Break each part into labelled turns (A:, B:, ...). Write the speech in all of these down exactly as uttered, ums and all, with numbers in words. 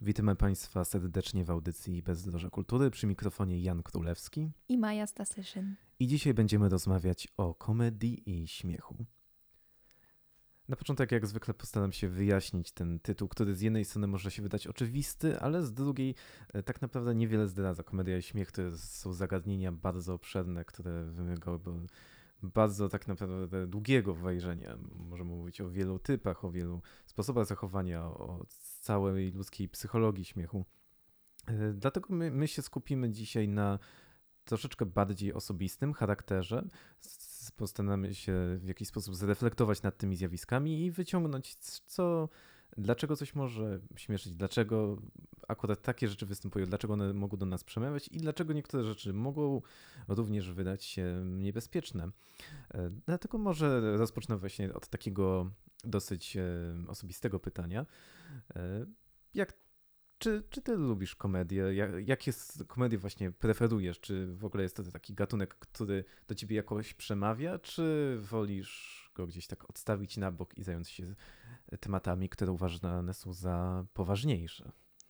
A: Witamy Państwa serdecznie w audycji Bezdroża Kultury, przy mikrofonie Jan Królewski
B: i Maja Stasyszyn.
A: I dzisiaj będziemy rozmawiać o komedii i śmiechu. Na początek jak zwykle postaram się wyjaśnić ten tytuł, który z jednej strony może się wydać oczywisty, ale z drugiej tak naprawdę niewiele zdradza. Komedia i śmiech to są zagadnienia bardzo obszerne, które wymagałyby bardzo tak naprawdę długiego wejrzenia. Możemy mówić o wielu typach, o wielu sposobach zachowania, o całej ludzkiej psychologii śmiechu. Dlatego my, my się skupimy dzisiaj na troszeczkę bardziej osobistym charakterze. Postaramy się w jakiś sposób zreflektować nad tymi zjawiskami i wyciągnąć, co, dlaczego coś może śmieszyć, dlaczego akurat takie rzeczy występują, dlaczego one mogą do nas przemawiać i dlaczego niektóre rzeczy mogą również wydać się niebezpieczne. Dlatego może rozpocznę właśnie od takiego dosyć osobistego pytania. Jak Czy, czy ty lubisz komedię? Jak, jakie komedie właśnie preferujesz? Czy w ogóle jest to taki gatunek, który do ciebie jakoś przemawia, czy wolisz go gdzieś tak odstawić na bok i zająć się tematami, które uważane są za poważniejsze?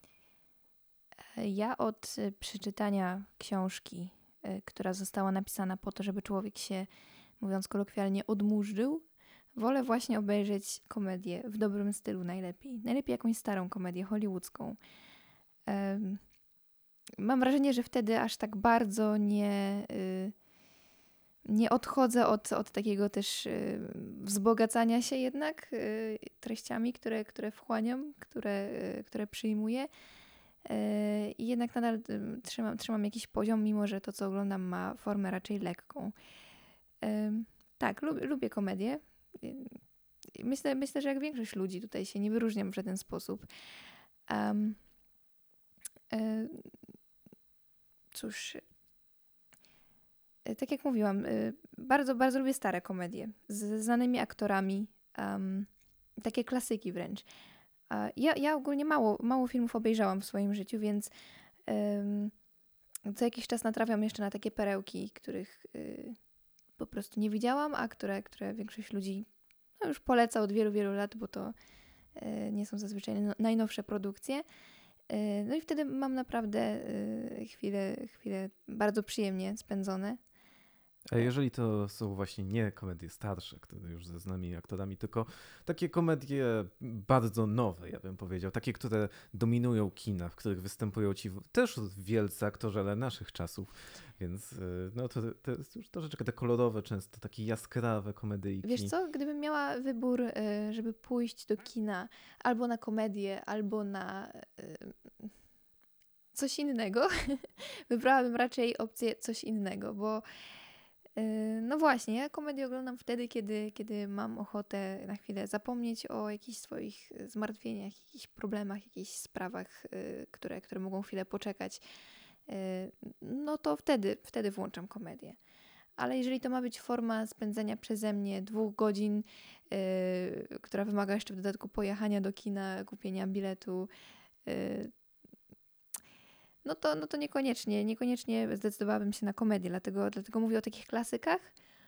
B: Ja od przeczytania książki, która została napisana po to, żeby człowiek się, mówiąc kolokwialnie, odmurzył, wolę właśnie obejrzeć komedię w dobrym stylu najlepiej. Najlepiej jakąś starą komedię hollywoodzką. Um, mam wrażenie, że wtedy aż tak bardzo nie, y, nie odchodzę od, od takiego też y, wzbogacania się jednak y, treściami, które, które wchłaniam, które, y, które przyjmuję. Y, I jednak nadal y, trzymam, trzymam jakiś poziom, mimo że to, co oglądam, ma formę raczej lekką. Y, tak, lub, lubię komedię. Myślę, myślę, że jak większość ludzi tutaj się nie wyróżniam w żaden sposób. Um, e, cóż, e, tak jak mówiłam, e, bardzo, bardzo lubię stare komedie z znanymi aktorami, um, takie klasyki wręcz. E, ja, ja ogólnie mało, mało filmów obejrzałam w swoim życiu, więc um, co jakiś czas natrafiam jeszcze na takie perełki, których y, po prostu nie widziałam, a które, które większość ludzi no już poleca od wielu, wielu lat, bo to y, nie są zazwyczaj no, najnowsze produkcje. Y, no i wtedy mam naprawdę y, chwile, chwile bardzo przyjemnie spędzone.
A: A jeżeli to są właśnie nie komedie starsze, które już ze znanymi aktorami, tylko takie komedie bardzo nowe, ja bym powiedział, takie, które dominują kina, w których występują ci też wielcy aktorzy, ale naszych czasów, więc no to, to jest już troszeczkę te kolorowe, często takie jaskrawe komedyjki.
B: Wiesz co, gdybym miała wybór, żeby pójść do kina albo na komedię, albo na coś innego, wybrałabym raczej opcję coś innego, bo no właśnie, ja komedię oglądam wtedy, kiedy, kiedy mam ochotę na chwilę zapomnieć o jakichś swoich zmartwieniach, jakichś problemach, jakichś sprawach, które, które mogą chwilę poczekać. No to wtedy, wtedy włączam komedię. Ale jeżeli to ma być forma spędzenia przeze mnie dwóch godzin, yy, która wymaga jeszcze w dodatku pojechania do kina, kupienia biletu, yy, no to, no to niekoniecznie, niekoniecznie zdecydowałabym się na komedię, dlatego, dlatego mówię o takich klasykach,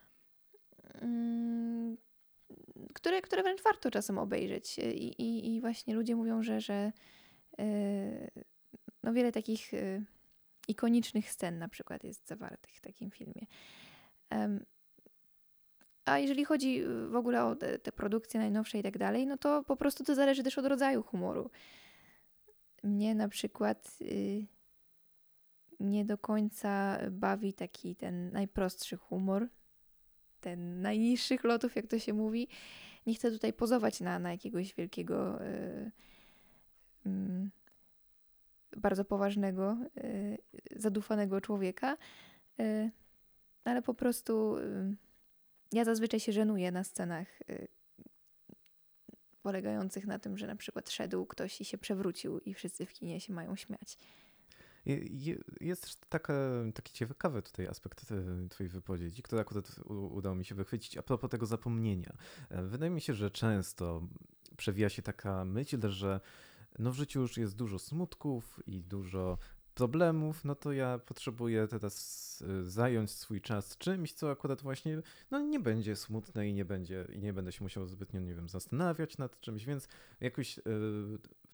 B: yy, które, które wręcz warto czasem obejrzeć. I, i, i właśnie ludzie mówią, że, że yy, no wiele takich yy, ikonicznych scen na przykład jest zawartych w takim filmie. Um, a jeżeli chodzi w ogóle o te, te produkcje najnowsze i tak dalej, no to po prostu to zależy też od rodzaju humoru. Mnie na przykład y, nie do końca bawi taki ten najprostszy humor, ten najniższych lotów, jak to się mówi. Nie chcę tutaj pozować na, na jakiegoś wielkiego, y, y, bardzo poważnego, y, zadufanego człowieka, y, ale po prostu y, ja zazwyczaj się żenuję na scenach y, polegających na tym, że na przykład szedł ktoś i się przewrócił i wszyscy w kinie się mają śmiać.
A: Jest też taka, taki ciekawy tutaj aspekt twojej wypowiedzi, który akurat udało mi się wychwycić a propos tego zapomnienia. Wydaje mi się, że często przewija się taka myśl, że no w życiu już jest dużo smutków i dużo problemów, no to ja potrzebuję teraz zająć swój czas czymś, co akurat właśnie no nie będzie smutne i nie będzie i nie będę się musiał zbytnio, nie wiem, zastanawiać nad czymś, więc jakoś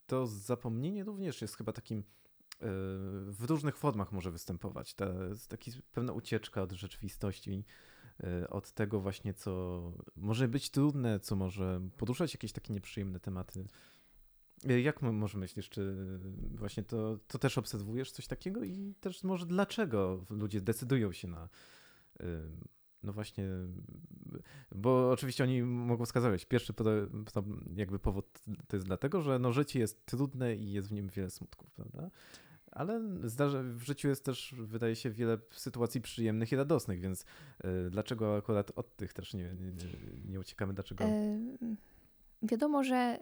A: to zapomnienie również jest chyba takim w różnych formach może występować. To jest taka pewna ucieczka od rzeczywistości, od tego właśnie, co może być trudne, co może poruszać jakieś takie nieprzyjemne tematy. Jak może myślisz, czy właśnie to, to też obserwujesz coś takiego i też może dlaczego ludzie decydują się na no właśnie, bo oczywiście oni mogą wskazać, pierwszy jakby powód to jest dlatego, że no życie jest trudne i jest w nim wiele smutków, prawda? Ale zdarza, w życiu jest też, wydaje się, wiele sytuacji przyjemnych i radosnych, więc y, dlaczego akurat od tych też nie, nie, nie uciekamy? Dlaczego?
B: E, wiadomo, że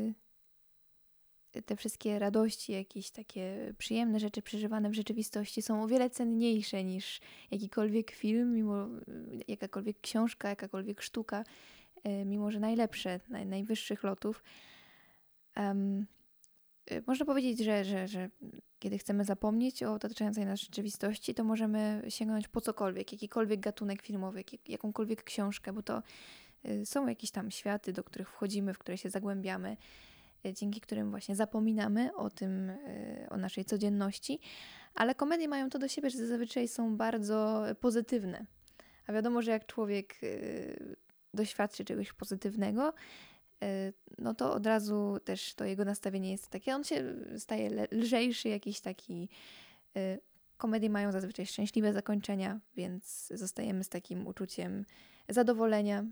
B: y, te wszystkie radości, jakieś takie przyjemne rzeczy przeżywane w rzeczywistości są o wiele cenniejsze niż jakikolwiek film, mimo jakakolwiek książka, jakakolwiek sztuka, y, mimo że najlepsze, naj, najwyższych lotów. Um, Można powiedzieć, że, że, że kiedy chcemy zapomnieć o otaczającej nas rzeczywistości, to możemy sięgnąć po cokolwiek, jakikolwiek gatunek filmowy, jak, jakąkolwiek książkę, bo to y, są jakieś tam światy, do których wchodzimy, w które się zagłębiamy, y, dzięki którym właśnie zapominamy o tym, y, o naszej codzienności, ale komedie mają to do siebie, że zazwyczaj są bardzo pozytywne. A wiadomo, że jak człowiek y, doświadczy czegoś pozytywnego, no to od razu też to jego nastawienie jest takie, on się staje lżejszy, jakiś taki. Komedie mają zazwyczaj szczęśliwe zakończenia, więc zostajemy z takim uczuciem zadowolenia.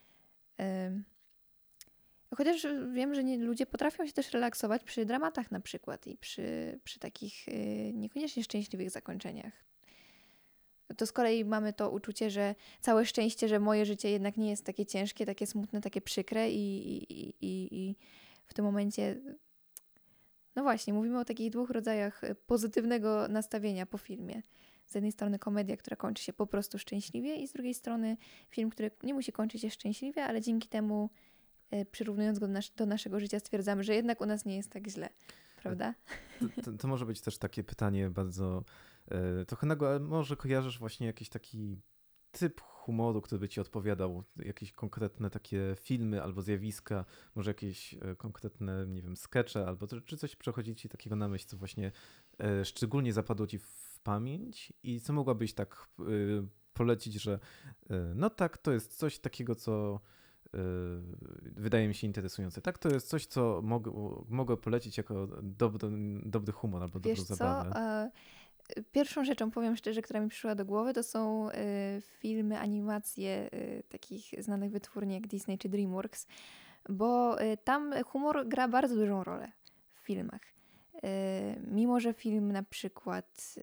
B: Chociaż wiem, że nie, ludzie potrafią się też relaksować przy dramatach na przykład i przy, przy takich niekoniecznie szczęśliwych zakończeniach. To z kolei mamy to uczucie, że całe szczęście, że moje życie jednak nie jest takie ciężkie, takie smutne, takie przykre i, i, i, i w tym momencie, no właśnie, mówimy o takich dwóch rodzajach pozytywnego nastawienia po filmie. Z jednej strony komedia, która kończy się po prostu szczęśliwie i z drugiej strony film, który nie musi kończyć się szczęśliwie, ale dzięki temu przyrównując go do, nas- do naszego życia stwierdzamy, że jednak u nas nie jest tak źle, prawda?
A: To, to, to może być też takie pytanie bardzo e, trochę nago, ale może kojarzysz właśnie jakiś taki typ humoru, który by ci odpowiadał, jakieś konkretne takie filmy albo zjawiska, może jakieś e, konkretne, nie wiem, skecze, albo to, czy coś przechodzi ci takiego na myśl, co właśnie e, szczególnie zapadło ci w pamięć i co mogłabyś tak e, polecić, że e, no tak, to jest coś takiego, co wydaje mi się interesujące. Tak, to jest coś, co mogę, mogę polecić jako dobry, dobry humor albo
B: Wiesz
A: dobrą
B: co?
A: zabawę.
B: Pierwszą rzeczą, powiem szczerze, która mi przyszła do głowy, to są filmy, animacje takich znanych wytwórni jak Disney czy DreamWorks, bo tam humor gra bardzo dużą rolę w filmach. Mimo że film na przykład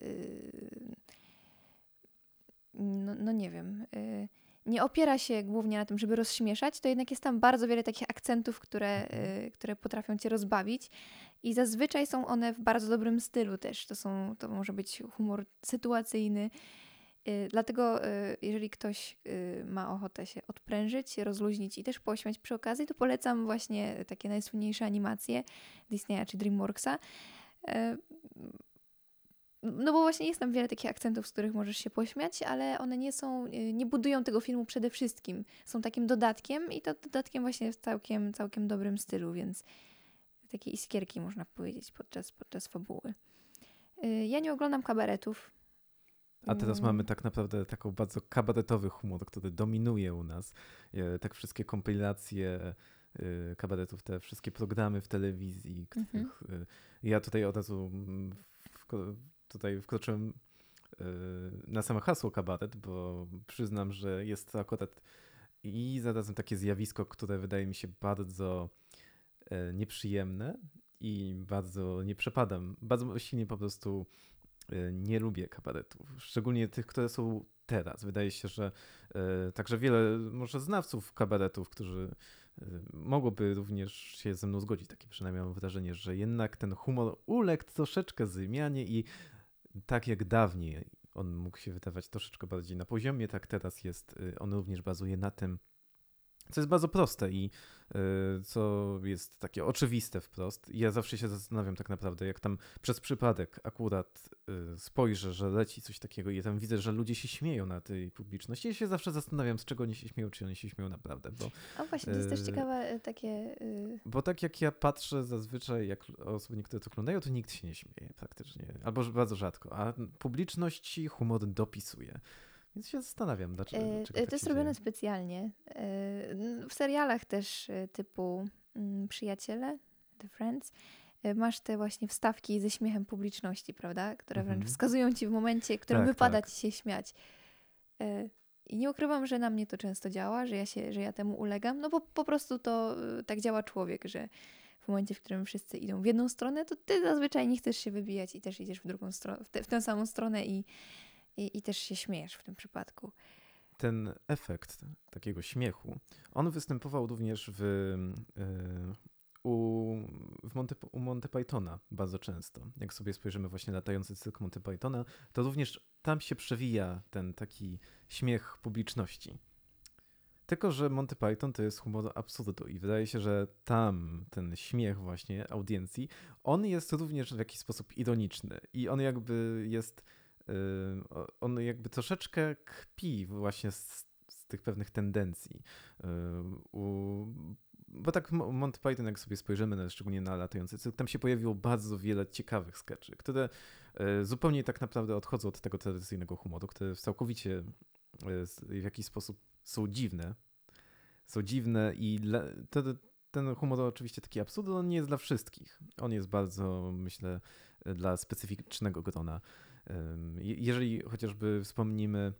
B: no, no nie wiem, nie opiera się głównie na tym, żeby rozśmieszać, to jednak jest tam bardzo wiele takich akcentów, które, y, które potrafią cię rozbawić i zazwyczaj są one w bardzo dobrym stylu też. To, są, to może być humor sytuacyjny. Y, dlatego y, jeżeli ktoś y, ma ochotę się odprężyć, rozluźnić i też pośmiać przy okazji, to polecam właśnie takie najsłynniejsze animacje Disneya czy DreamWorksa. Y, No bo właśnie jest tam wiele takich akcentów, z których możesz się pośmiać, ale one nie są, nie budują tego filmu przede wszystkim. Są takim dodatkiem i to dodatkiem właśnie w całkiem, całkiem dobrym stylu, więc takie iskierki można powiedzieć podczas, podczas fabuły. Ja nie oglądam kabaretów.
A: A teraz mamy tak naprawdę taką bardzo kabaretowy humor, który dominuje u nas. Tak wszystkie kompilacje kabaretów, te wszystkie programy w telewizji, których mhm. ja tutaj od razu w, tutaj wkroczyłem na samo hasło kabaret, bo przyznam, że jest to akurat i zarazem takie zjawisko, które wydaje mi się bardzo nieprzyjemne i bardzo nie przepadam. Bardzo silnie po prostu nie lubię kabaretów, szczególnie tych, które są teraz. Wydaje się, że także wiele może znawców kabaretów, którzy mogłoby również się ze mną zgodzić, takie przynajmniej mam wrażenie, że jednak ten humor uległ troszeczkę zmianie i tak jak dawniej on mógł się wydawać troszeczkę bardziej na poziomie, tak teraz jest, on również bazuje na tym, co jest bardzo proste i y, co jest takie oczywiste wprost. I ja zawsze się zastanawiam tak naprawdę, jak tam przez przypadek akurat y, spojrzę, że leci coś takiego i tam widzę, że ludzie się śmieją na tej publiczności. Ja się zawsze zastanawiam, z czego oni się śmieją, czy oni się śmieją naprawdę. Bo,
B: A właśnie, to jest też
A: y,
B: ciekawe y, takie... y,
A: bo tak jak ja patrzę zazwyczaj, jak osoby niektóre to oglądają, to nikt się nie śmieje praktycznie. Albo bardzo rzadko. A publiczności humor dopisuje. Więc się zastanawiam, dlaczego,
B: y,
A: dlaczego
B: y,
A: tak
B: To jest
A: się
B: robione
A: dzieje.
B: specjalnie. Y, n- W serialach też y, typu mm, Przyjaciele, The Friends, y, masz te właśnie wstawki ze śmiechem publiczności, prawda? Które wręcz
A: Mhm.
B: wskazują ci w momencie, w którym
A: Tak,
B: wypada
A: tak.
B: ci się śmiać. Y, I nie ukrywam, że na mnie to często działa, że ja, się, że ja temu ulegam, no bo po prostu to y, tak działa człowiek, że w momencie, w którym wszyscy idą w jedną stronę, to ty zazwyczaj nie chcesz się wybijać i też idziesz w drugą stronę, w, te, w tę samą stronę i, i, i też się śmiejesz w tym przypadku.
A: Ten efekt takiego śmiechu, on występował również w, y, u, w Monty, u Monty Pythona bardzo często. Jak sobie spojrzymy właśnie na latający cyrk Monty Pythona, to również tam się przewija ten taki śmiech publiczności. Tylko że Monty Python to jest humor absurdu i wydaje się, że tam ten śmiech właśnie audiencji, on jest również w jakiś sposób ironiczny i on jakby jest, y, o- on jakby troszeczkę kpi właśnie z, z tych pewnych tendencji. Y, u, bo tak Mo- Monty Python, jak sobie spojrzymy, na, szczególnie na latający cyrk, tam się pojawiło bardzo wiele ciekawych skeczy, które y, zupełnie tak naprawdę odchodzą od tego tradycyjnego humoru, które całkowicie y, z- w jakiś sposób są dziwne. Są dziwne i dla, to, ten humor oczywiście taki absurd, on nie jest dla wszystkich. On jest bardzo, myślę, dla specyficznego grona. Ym, je- Jeżeli chociażby wspomnimy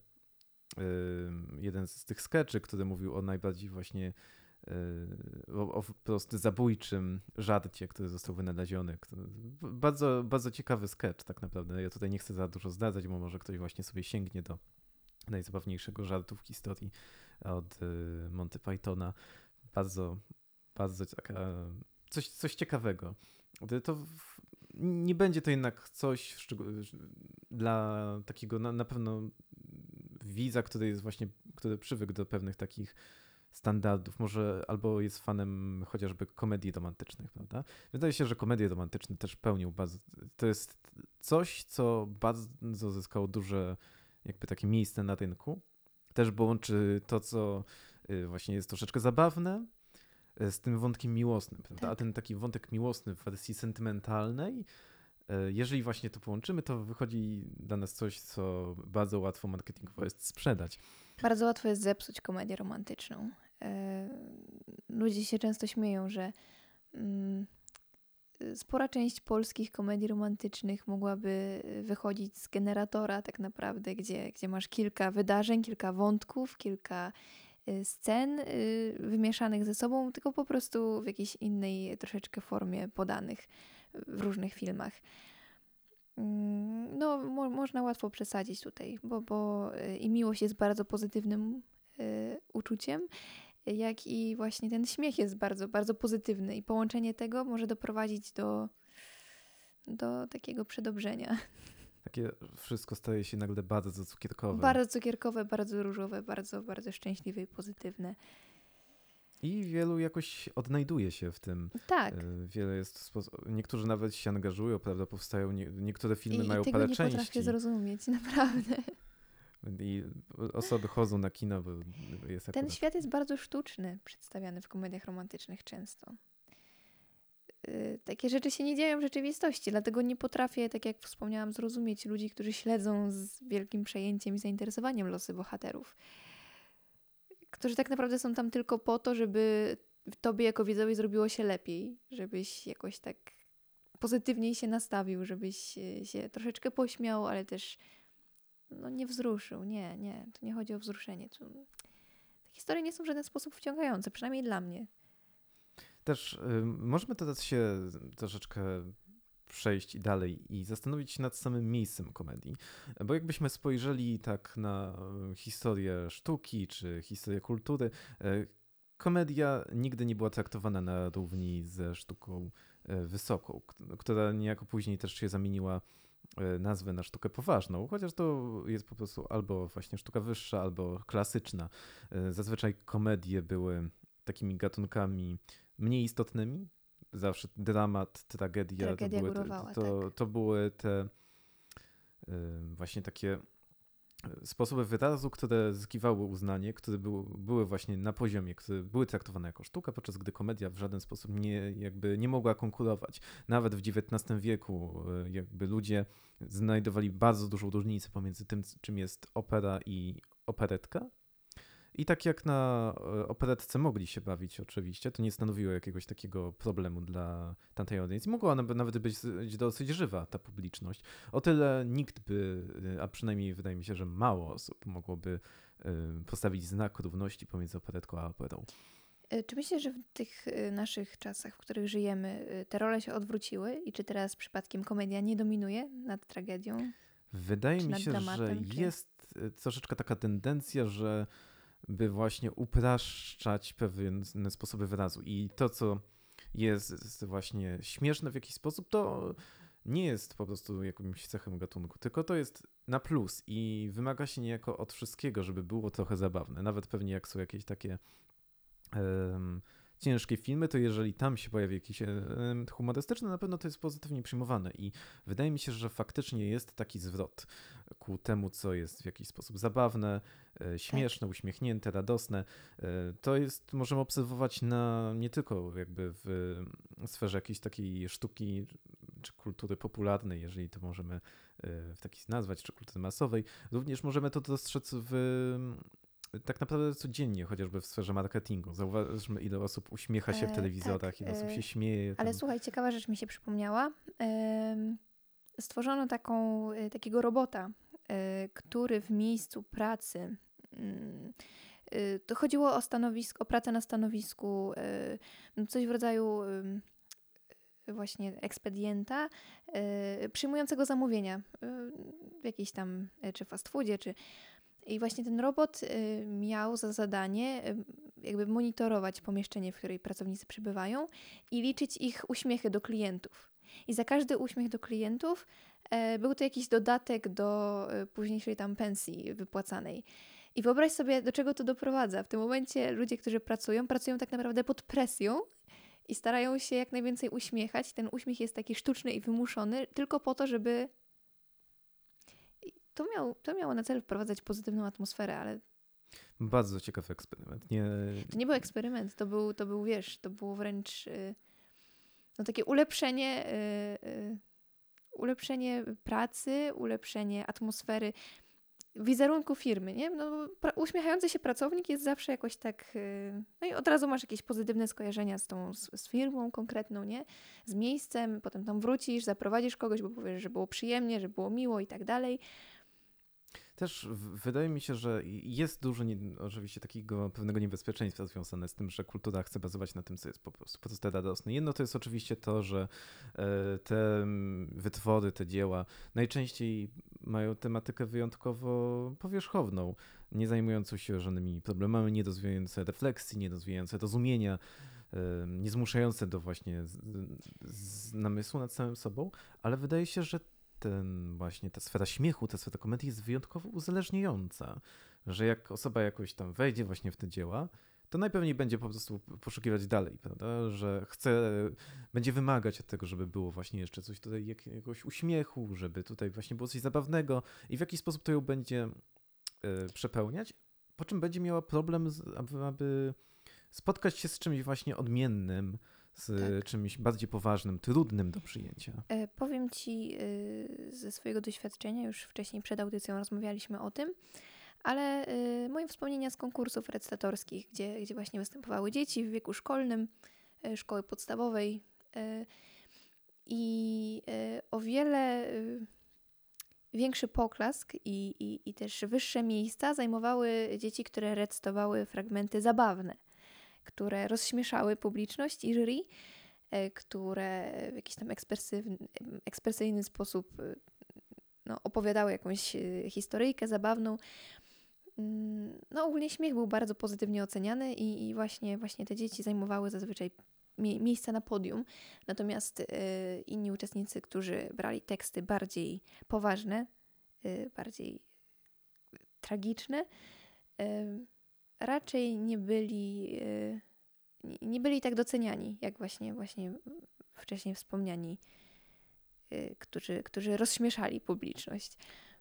A: ym, jeden z tych skeczy, który mówił o najbardziej właśnie yy, o, o wprost zabójczym żarcie, który został wynaleziony. Który, bardzo, bardzo ciekawy sketch tak naprawdę. Ja tutaj nie chcę za dużo zdradzać, bo może ktoś właśnie sobie sięgnie do najzabawniejszego żartu w historii od y, Monty Pythona. Bardzo, bardzo taka, coś, coś ciekawego. To- To w, nie będzie to jednak coś szczegó- dla takiego na, na pewno widza, który jest właśnie, który przywykł do pewnych takich standardów, może albo jest fanem chociażby komedii romantycznych, prawda? Wydaje się, że komedie romantyczne też pełnią bardzo, to jest coś, co bardzo zyskało duże jakby takie miejsce na rynku. Też bo łączy to, co y, właśnie jest troszeczkę zabawne, y, z tym wątkiem miłosnym, prawda? A
B: Tak.
A: ten taki wątek miłosny w wersji sentymentalnej, y, jeżeli właśnie to połączymy, to wychodzi dla nas coś, co bardzo łatwo marketingowo jest sprzedać.
B: Bardzo łatwo jest zepsuć komedię romantyczną. E, Ludzie się często śmieją, że mm, spora część polskich komedii romantycznych mogłaby wychodzić z generatora tak naprawdę, gdzie, gdzie masz kilka wydarzeń, kilka wątków, kilka y, scen y, wymieszanych ze sobą, tylko po prostu w jakiejś innej troszeczkę formie podanych w różnych filmach. Mm, No, mo- można łatwo przesadzić tutaj, bo, bo y, i miłość jest bardzo pozytywnym y, uczuciem, jak i właśnie ten śmiech jest bardzo, bardzo pozytywny i połączenie tego może doprowadzić do, do takiego przedobrzenia.
A: Takie wszystko staje się nagle bardzo cukierkowe.
B: Bardzo cukierkowe, bardzo różowe, bardzo, bardzo szczęśliwe i pozytywne.
A: I wielu jakoś odnajduje się w tym.
B: Tak.
A: Y, Wiele jest sposób... Niektórzy nawet się angażują, prawda? Powstają, nie... niektóre filmy
B: I,
A: mają
B: i tego
A: parę
B: nie
A: części.
B: potrafię zrozumieć, naprawdę.
A: I osoby chodzą na kino, bo jest
B: Ten
A: akurat...
B: świat jest bardzo sztuczny, przedstawiany w komediach romantycznych często. Yy, Takie rzeczy się nie dzieją w rzeczywistości, dlatego nie potrafię, tak jak wspomniałam, zrozumieć ludzi, którzy śledzą z wielkim przejęciem i zainteresowaniem losy bohaterów. Którzy tak naprawdę są tam tylko po to, żeby tobie jako widzowi zrobiło się lepiej, żebyś jakoś tak pozytywniej się nastawił, żebyś e, się troszeczkę pośmiał, ale też no, nie wzruszył. Nie, nie, tu nie chodzi o wzruszenie. Tu... Te historie nie są w żaden sposób wciągające, przynajmniej dla mnie.
A: Też y, możemy teraz się troszeczkę przejść dalej i zastanowić się nad samym miejscem komedii. Bo jakbyśmy spojrzeli tak na y, historię sztuki czy historię kultury, y, komedia nigdy nie była traktowana na równi ze sztuką y, wysoką, k- która niejako później też się zamieniła e, nazwę na sztukę poważną, chociaż to jest po prostu albo właśnie sztuka wyższa, albo klasyczna. E, Zazwyczaj komedie były takimi gatunkami mniej istotnymi. Zawsze dramat, tragedia, to
B: Tragedia
A: były te,
B: górowała,
A: to,
B: tak.
A: to były te e, właśnie takie sposoby wyrazu, które zyskiwały uznanie, które były, były właśnie na poziomie, które były traktowane jako sztuka, podczas gdy komedia w żaden sposób nie, jakby nie mogła konkurować. Nawet w dziewiętnastym wieku e, jakby ludzie znajdowali bardzo dużą różnicę pomiędzy tym, czym jest opera i operetka. I tak jak na e, operetce mogli się bawić oczywiście, to nie stanowiło jakiegoś takiego problemu dla tamtej audiencji. Mogła ona by nawet być być dosyć żywa, ta publiczność. O tyle nikt by, e, a przynajmniej wydaje mi się, że mało osób mogłoby e, postawić znak równości pomiędzy operetką a operą.
B: E, Czy myślisz, że w tych e, naszych czasach, w których żyjemy, e, te role się odwróciły i czy teraz przypadkiem komedia nie dominuje nad tragedią,
A: Wydaje
B: czy
A: mi
B: nad
A: się, że
B: dramatem, czy...
A: jest e, troszeczkę taka tendencja, że by właśnie upraszczać pewne sposoby wyrazu. I to, co jest właśnie śmieszne w jakiś sposób, to nie jest po prostu jakimś cechem gatunku, tylko to jest na plus i wymaga się niejako od wszystkiego, żeby było trochę zabawne. Nawet pewnie jak są jakieś takie em, ciężkie filmy, to jeżeli tam się pojawi jakiś element humorystyczny, na pewno to jest pozytywnie przyjmowane i wydaje mi się, że faktycznie jest taki zwrot ku temu, co jest w jakiś sposób zabawne, e,
B: Tak.
A: śmieszne, uśmiechnięte, radosne. E, To jest, możemy obserwować na nie tylko jakby w sferze jakiejś takiej sztuki czy kultury popularnej, jeżeli to możemy e, w taki nazwać, czy kultury masowej. Również możemy to dostrzec w tak naprawdę codziennie, chociażby w sferze marketingu. Zauważmy, ile osób uśmiecha się w
B: E,
A: telewizorach,
B: tak,
A: ile osób
B: e,
A: się śmieje.
B: ale
A: Tam.
B: słuchaj, ciekawa rzecz mi się przypomniała. Em, Stworzono taką, e, takiego robota, e, który w miejscu pracy, mm, e, to chodziło o stanowisko, o pracę na stanowisku, e, no coś w rodzaju em, właśnie ekspedienta, e, przyjmującego zamówienia e, w jakiejś tam, e, czy fast foodzie, czy... I właśnie ten robot e, miał za zadanie e, jakby monitorować pomieszczenie, w której pracownicy przebywają i liczyć ich uśmiechy do klientów. I za każdy uśmiech do klientów e, był to jakiś dodatek do e, późniejszej tam pensji wypłacanej. I wyobraź sobie, do czego to doprowadza. W tym momencie ludzie, którzy pracują, pracują tak naprawdę pod presją i starają się jak najwięcej uśmiechać. Ten uśmiech jest taki sztuczny i wymuszony tylko po to, żeby... I To, miał, to miało na celu wprowadzać pozytywną atmosferę, ale
A: Bardzo ciekawy eksperyment. Nie,
B: to nie był eksperyment, to był, to był wiesz, to było wręcz y, no, takie ulepszenie, y, y, ulepszenie pracy, ulepszenie atmosfery, wizerunku firmy, nie? No, bo pra- uśmiechający się pracownik jest zawsze jakoś tak, y, no i od razu masz jakieś pozytywne skojarzenia z tą, z, z firmą konkretną, nie? Z miejscem, potem tam wrócisz, zaprowadzisz kogoś, bo powiesz, że było przyjemnie, że było miło i tak dalej.
A: Też w- wydaje mi się, że jest dużo nie, oczywiście takiego pewnego niebezpieczeństwa związane z tym, że kultura chce bazować na tym, co jest po prostu proste, radosne. Jedno to jest oczywiście to, że e, te mm, wytwory, te dzieła najczęściej mają tematykę wyjątkowo powierzchowną, nie zajmującą się żadnymi problemami, nie rozwijające refleksji, nie rozwijające rozumienia, e, nie zmuszające do właśnie z, z namysłu nad samym sobą, ale wydaje się, że ten właśnie ta sfera śmiechu, ta sfera komedii jest wyjątkowo uzależniająca, że jak osoba jakoś tam wejdzie właśnie w te dzieła, to najpewniej będzie po prostu poszukiwać dalej, prawda, że chce, będzie wymagać od tego, żeby było właśnie jeszcze coś tutaj, jakiegoś uśmiechu, żeby tutaj właśnie było coś zabawnego i w jakiś sposób to ją będzie e, przepełniać, po czym będzie miała problem, z, aby, aby spotkać się z czymś właśnie odmiennym, z
B: Tak.
A: czymś bardziej poważnym, trudnym do przyjęcia.
B: E, powiem Ci y, ze swojego doświadczenia, już wcześniej przed audycją rozmawialiśmy o tym, ale y, moje wspomnienia z konkursów recytatorskich, gdzie, gdzie właśnie występowały dzieci w wieku szkolnym, y, szkoły podstawowej y, i y, o wiele y, większy poklask i, i, i też wyższe miejsca zajmowały dzieci, które recytowały fragmenty zabawne, które rozśmieszały publiczność i jury, e, które w jakiś tam ekspresywny, ekspresyjny sposób e, no, opowiadały jakąś e, historyjkę zabawną. Mm, No ogólnie śmiech był bardzo pozytywnie oceniany i, i właśnie, właśnie te dzieci zajmowały zazwyczaj mie- miejsca na podium. Natomiast y, inni uczestnicy, którzy brali teksty bardziej poważne, y, bardziej tragiczne, y, raczej nie byli, y, nie- nie byli tak doceniani, jak właśnie, właśnie wcześniej wspomniani, y, którzy, którzy rozśmieszali publiczność.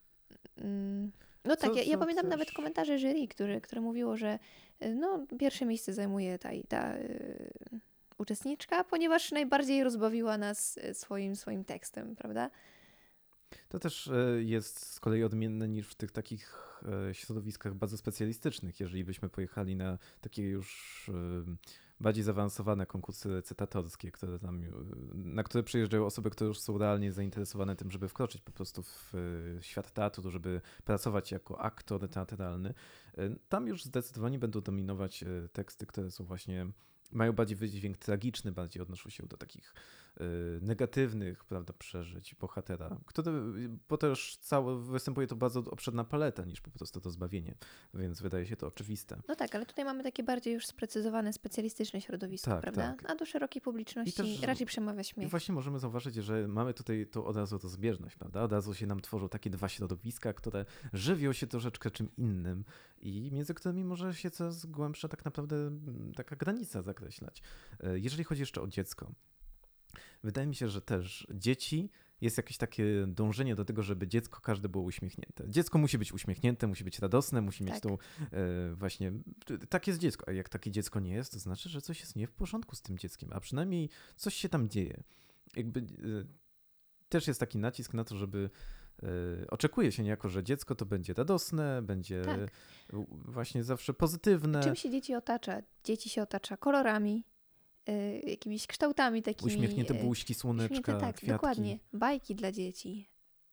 B: Mm, No tak,
A: Co,
B: ja, ja
A: co
B: pamiętam
A: też...
B: nawet komentarze jury, które, które mówiło, że y, no, pierwsze miejsce zajmuje ta i ta y, uczestniczka, ponieważ najbardziej rozbawiła nas y, swoim, swoim tekstem, prawda?
A: To też e, jest z kolei odmienne niż w tych takich e, środowiskach bardzo specjalistycznych. Jeżeli byśmy pojechali na takie już e, bardziej zaawansowane konkursy recytatorskie, które tam, e, na które przyjeżdżają osoby, które już są realnie zainteresowane tym, żeby wkroczyć po prostu w e, świat teatru, żeby pracować jako aktor teatralny, e, tam już zdecydowanie będą dominować e, teksty, które są właśnie mają bardziej wydźwięk tragiczny, bardziej odnoszą się do takich y, negatywnych, prawda, przeżyć bohatera, które, bo też całe, występuje to bardzo obszerna paleta niż po prostu to zbawienie, więc wydaje się to oczywiste.
B: No tak, ale tutaj mamy takie bardziej już sprecyzowane, specjalistyczne środowisko,
A: Tak,
B: prawda?
A: tak.
B: A do szerokiej publiczności
A: też-
B: raczej przemawia
A: I
B: śmiech.
A: właśnie możemy zauważyć, że mamy tutaj to od razu rozbieżność, prawda? Od razu się nam tworzą takie dwa środowiska, które żywią się troszeczkę czym innym i między którymi może się coraz głębsza tak naprawdę mm, taka granica zakreślać. E, Jeżeli chodzi jeszcze o dziecko, wydaje mi się, że też dzieci jest jakieś takie dążenie do tego, żeby dziecko każde było uśmiechnięte. Dziecko musi być uśmiechnięte, musi być radosne, musi mieć
B: Tak.
A: tą e, właśnie, tak jest dziecko, a jak takie dziecko nie jest, to znaczy, że coś jest nie w porządku z tym dzieckiem, a przynajmniej coś się tam dzieje. Jakby e, też jest taki nacisk na to, żeby e, oczekuje się niejako, że dziecko to będzie radosne, będzie
B: Tak.
A: u- właśnie zawsze pozytywne,
B: Czym się dzieci otacza? Dzieci się otacza kolorami, y, jakimiś kształtami takimi.
A: uśmiechnięte
B: y,
A: buźki, słoneczka,
B: uśmiechnięte, tak,
A: kwiatki.
B: dokładnie. Bajki dla dzieci.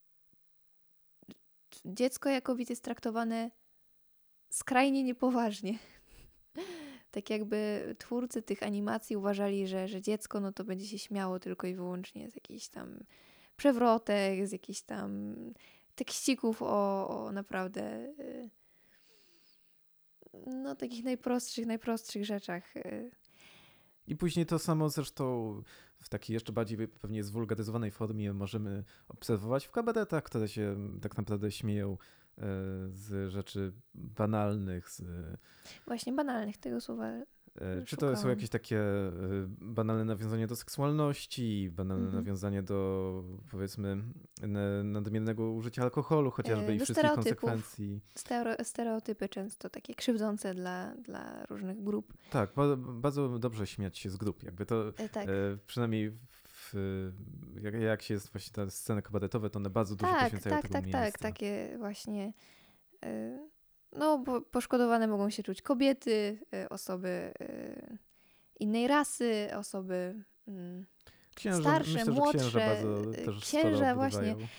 B: Dziecko jako widz jest traktowane skrajnie niepoważnie. Tak jakby twórcy tych animacji uważali, że, że dziecko no to będzie się śmiało tylko i wyłącznie z jakichś tam przewrotek, z jakichś tam tekścików o, o naprawdę y, no takich najprostszych, najprostszych rzeczach. y.
A: I później to samo zresztą w takiej jeszcze bardziej pewnie zwulgaryzowanej formie możemy obserwować w kabaretach, które się tak naprawdę śmieją e, z rzeczy banalnych, z,
B: Właśnie banalnych tego słowa.
A: e, czy to są
B: Szukałam.
A: jakieś takie e, banalne nawiązania do seksualności, banalne
B: Mhm.
A: nawiązanie do powiedzmy na- nadmiernego użycia alkoholu chociażby
B: E,
A: i
B: do
A: wszystkich
B: stereotypów.
A: konsekwencji.
B: Stereo, stereotypy często takie krzywdzące dla, dla różnych grup.
A: Tak, ba- bardzo dobrze śmiać się z grup, jakby to
B: E, tak.
A: E, przynajmniej w, jak, jak się jest właśnie te sceny kabaretowe, to one bardzo dużo
B: Tak,
A: poświęcają
B: tak,
A: tego
B: tak,
A: miejsca.
B: tak, takie właśnie. y, No, bo poszkodowane mogą się czuć kobiety, y, osoby y, innej rasy, osoby mm,
A: Księża,
B: starsze,
A: myślę, że
B: młodsze,
A: księża bardzo
B: y,
A: też
B: księża
A: sporo
B: właśnie.
A: odgrywają.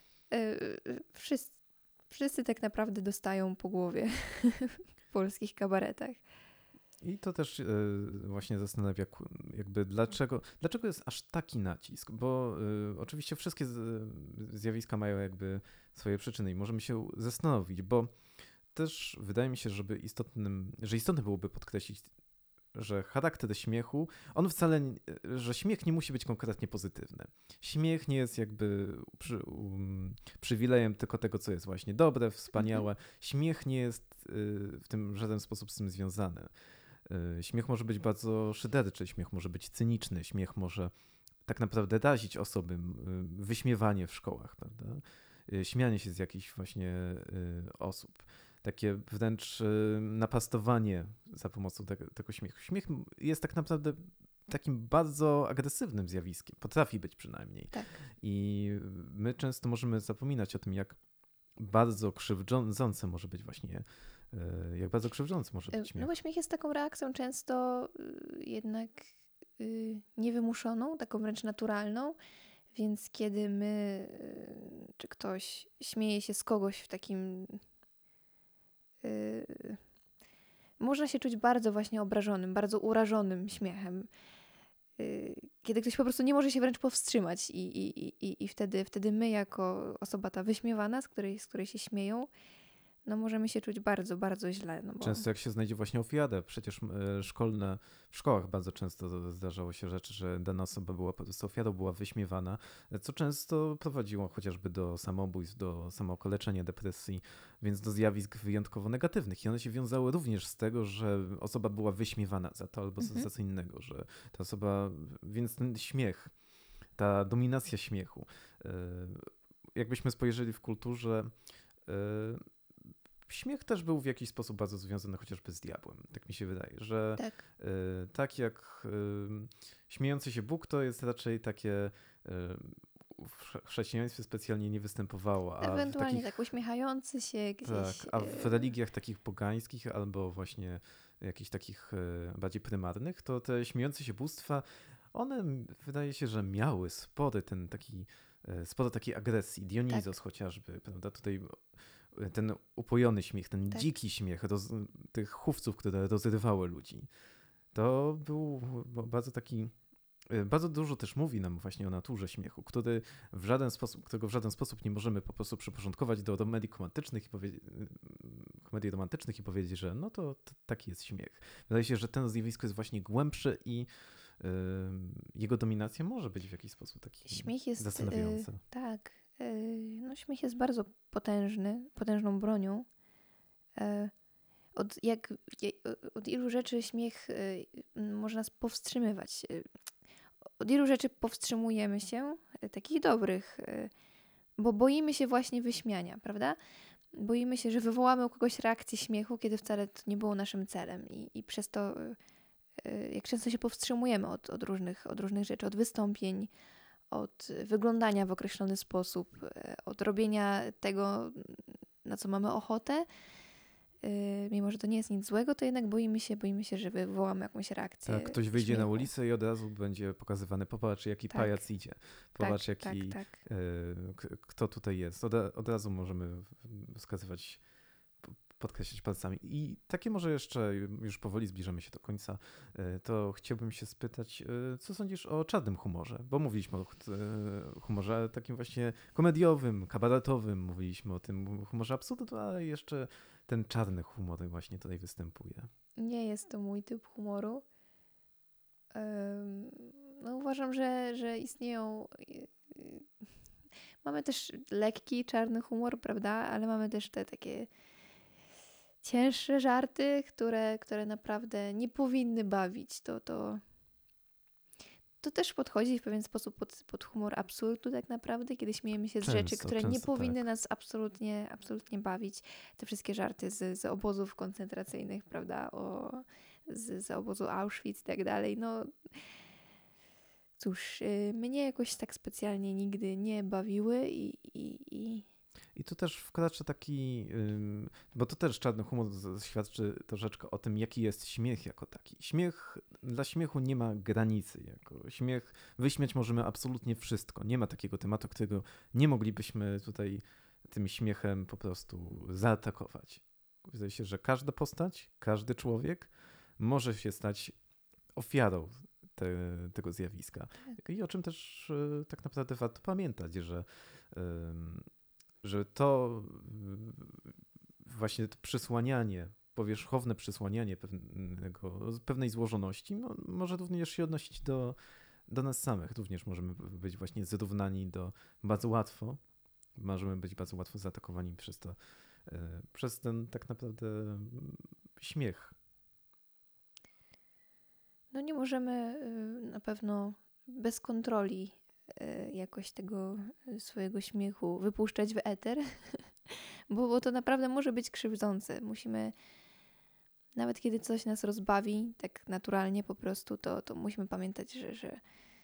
B: y, Wszyscy, wszyscy tak naprawdę dostają po głowie w polskich kabaretach.
A: I to też e, właśnie zastanawia, ku- jakby dlaczego, dlaczego jest aż taki nacisk, bo e, oczywiście wszystkie z, zjawiska mają jakby swoje przyczyny i możemy się zastanowić, bo też wydaje mi się, żeby istotnym, że istotne byłoby podkreślić, że charakter śmiechu, on wcale, nie- że śmiech nie musi być konkretnie pozytywny. Śmiech nie jest jakby przy, um, przywilejem tylko tego, co jest właśnie dobre, wspaniałe. Śmiech nie jest y, w tym w żaden sposób z tym związany. Y, Śmiech może być bardzo szyderczy, śmiech może być cyniczny, śmiech może tak naprawdę razić osoby, m, y, wyśmiewanie w szkołach, prawda? Y, Śmianie się z jakichś właśnie y, osób. Takie wręcz y, napastowanie za pomocą tego, tego śmiechu. Śmiech jest tak naprawdę takim bardzo agresywnym zjawiskiem. Potrafi być przynajmniej.
B: Tak.
A: I my często możemy zapominać o tym, jak bardzo krzywdzące może być właśnie, y, jak bardzo krzywdzący może
B: Y,
A: być śmiech.
B: No bo śmiech jest taką reakcją często y, jednak y, niewymuszoną, taką wręcz naturalną. Więc kiedy my, y, czy ktoś śmieje się z kogoś w takim. y, Można się czuć bardzo właśnie obrażonym, bardzo urażonym śmiechem. Y, Kiedy ktoś po prostu nie może się wręcz powstrzymać i, i, i, i wtedy, wtedy my jako osoba ta wyśmiewana, z której, z której się śmieją, no możemy się czuć bardzo, bardzo źle. No bo...
A: Często jak się znajdzie właśnie ofiarę, przecież e, szkolne, w szkołach bardzo często zdarzało się rzeczy, że dana osoba była po prostu ofiarą, była wyśmiewana, co często prowadziło chociażby do samobójstw, do samookaleczenia, depresji, więc do zjawisk wyjątkowo negatywnych. I one się wiązały również z tego, że osoba była wyśmiewana za to albo
B: Mhm.
A: za co innego, że ta osoba, więc ten śmiech, ta dominacja śmiechu, e, jakbyśmy spojrzeli w kulturze, e, śmiech też był w jakiś sposób bardzo związany chociażby z diabłem. Tak mi się wydaje, że
B: Tak.
A: y, tak jak y, śmiejący się Bóg to jest raczej takie y, w chrześcijaństwie specjalnie nie występowało. A
B: Ewentualnie
A: w takich,
B: tak uśmiechający się gdzieś.
A: tak, a w
B: y,
A: religiach takich pogańskich albo właśnie jakichś takich y, bardziej prymarnych, to te śmiejące się bóstwa, one m- wydaje się, że miały spory ten taki, y, sporo takiej agresji. Dionizos
B: Tak.
A: chociażby, prawda? Tutaj ten upojony śmiech, ten
B: Tak.
A: dziki śmiech roz, tych chówców, które rozrywały ludzi. To był bardzo taki, bardzo dużo też mówi nam właśnie o naturze śmiechu, który w żaden sposób, którego w żaden sposób nie możemy po prostu przyporządkować do komedii romantycznych i, powie, komedii romantycznych i powiedzieć, że no to, to taki jest śmiech. Wydaje się, że ten zjawisko jest właśnie głębsze i y, jego dominacja może być w jakiś sposób taki
B: Śmiech jest.
A: zastanawiająca.
B: y, tak. y, No, śmiech jest bardzo potężny, potężną bronią. E, Od, jak, je- od ilu rzeczy śmiech y, m, może nas powstrzymywać. Y, Od ilu rzeczy powstrzymujemy się, y, takich dobrych, y, bo boimy się właśnie wyśmiania, prawda? Boimy się, że wywołamy u kogoś reakcję śmiechu, kiedy wcale to nie było naszym celem i, i przez to y, y, jak często się powstrzymujemy od, od, różnych, od różnych rzeczy, od wystąpień, od wyglądania w określony sposób, y, od robienia tego, na co mamy ochotę, y, mimo że to nie jest nic złego, to jednak boimy się, boimy się, że wywołamy jakąś reakcję
A: Tak, ktoś wyjdzie na
B: śmiechu.
A: ulicę i od razu będzie pokazywany, popatrz jaki
B: Tak.
A: pajac idzie, popatrz
B: tak,
A: jaki,
B: tak, tak.
A: e, k- kto tutaj jest. Od, od razu możemy w- wskazywać, p- podkreślać palcami. I takie może jeszcze, już powoli zbliżamy się do końca, e, to chciałbym się spytać, e, co sądzisz o czarnym humorze? Bo mówiliśmy o e, humorze takim właśnie komediowym, kabaretowym, mówiliśmy o tym humorze absurdu, ale jeszcze ten czarny humor właśnie tutaj występuje.
B: Nie jest to mój typ humoru. Ym, No uważam, że, że istnieją. y, y, Mamy też lekki, czarny humor, prawda? Ale mamy też te takie cięższe żarty, które, które naprawdę nie powinny bawić. To, to, to też podchodzi w pewien sposób pod, pod humor absurdu tak naprawdę, kiedy śmiejemy się z rzeczy,
A: Często,
B: które nie
A: często
B: powinny
A: tak.
B: nas absolutnie, absolutnie bawić. Te wszystkie żarty z, z obozów koncentracyjnych, prawda? O, z, z obozu Auschwitz i tak dalej. No cóż, y, mnie jakoś tak specjalnie nigdy nie bawiły i, i, i
A: I tu też wkracza taki, ym, bo to też czarny humor z- świadczy troszeczkę o tym, jaki jest śmiech jako taki. Śmiech, dla śmiechu nie ma granicy. Jako śmiech, wyśmiać możemy absolutnie wszystko. Nie ma takiego tematu, którego nie moglibyśmy tutaj tym śmiechem po prostu zaatakować. Wydaje się, że każda postać, każdy człowiek może się stać ofiarą te, tego zjawiska. I o czym też y, tak naprawdę warto pamiętać, że ym, że to y, właśnie to przysłanianie, powierzchowne przysłanianie pewnego, pewnej złożoności no, może również się odnosić do, do nas samych. Również możemy być właśnie zrównani do bardzo łatwo, możemy być bardzo łatwo zaatakowani przez to, y, przez ten tak naprawdę mm, śmiech.
B: no nie możemy y, na pewno bez kontroli y, jakoś tego y, swojego śmiechu wypuszczać w eter, bo, bo to naprawdę może być krzywdzące. Musimy, nawet kiedy coś nas rozbawi, tak naturalnie po prostu, to, to musimy pamiętać, że, że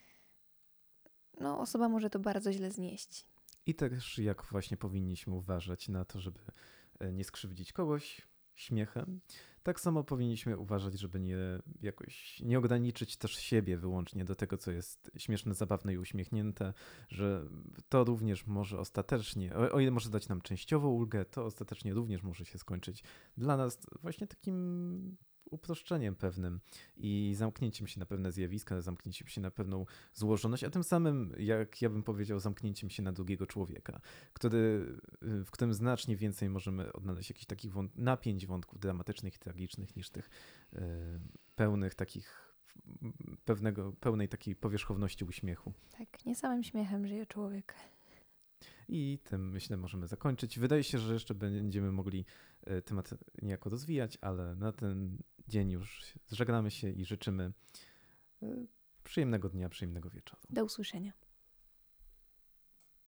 B: no, osoba może to bardzo źle znieść.
A: I też jak właśnie powinniśmy uważać na to, żeby e, nie skrzywdzić kogoś śmiechem, tak samo powinniśmy uważać, żeby nie jakoś nie ograniczyć też siebie wyłącznie do tego, co jest śmieszne, zabawne i uśmiechnięte, że to również może ostatecznie, o, o ile może dać nam częściową ulgę, to ostatecznie również może się skończyć dla nas właśnie takim uproszczeniem pewnym i zamknięciem się na pewne zjawiska, zamknięciem się na pewną złożoność, a tym samym, jak ja bym powiedział, zamknięciem się na drugiego człowieka, który, w którym znacznie więcej możemy odnaleźć jakichś takich wąt- napięć, wątków dramatycznych i tragicznych niż tych y, pełnych takich pewnego, pełnej takiej powierzchowności uśmiechu.
B: Tak, nie samym śmiechem żyje człowiek.
A: I tym, myślę, możemy zakończyć. Wydaje się, że jeszcze będziemy mogli temat niejako rozwijać, ale na ten dzień już żegnamy się i życzymy przyjemnego dnia, przyjemnego wieczoru.
B: Do usłyszenia.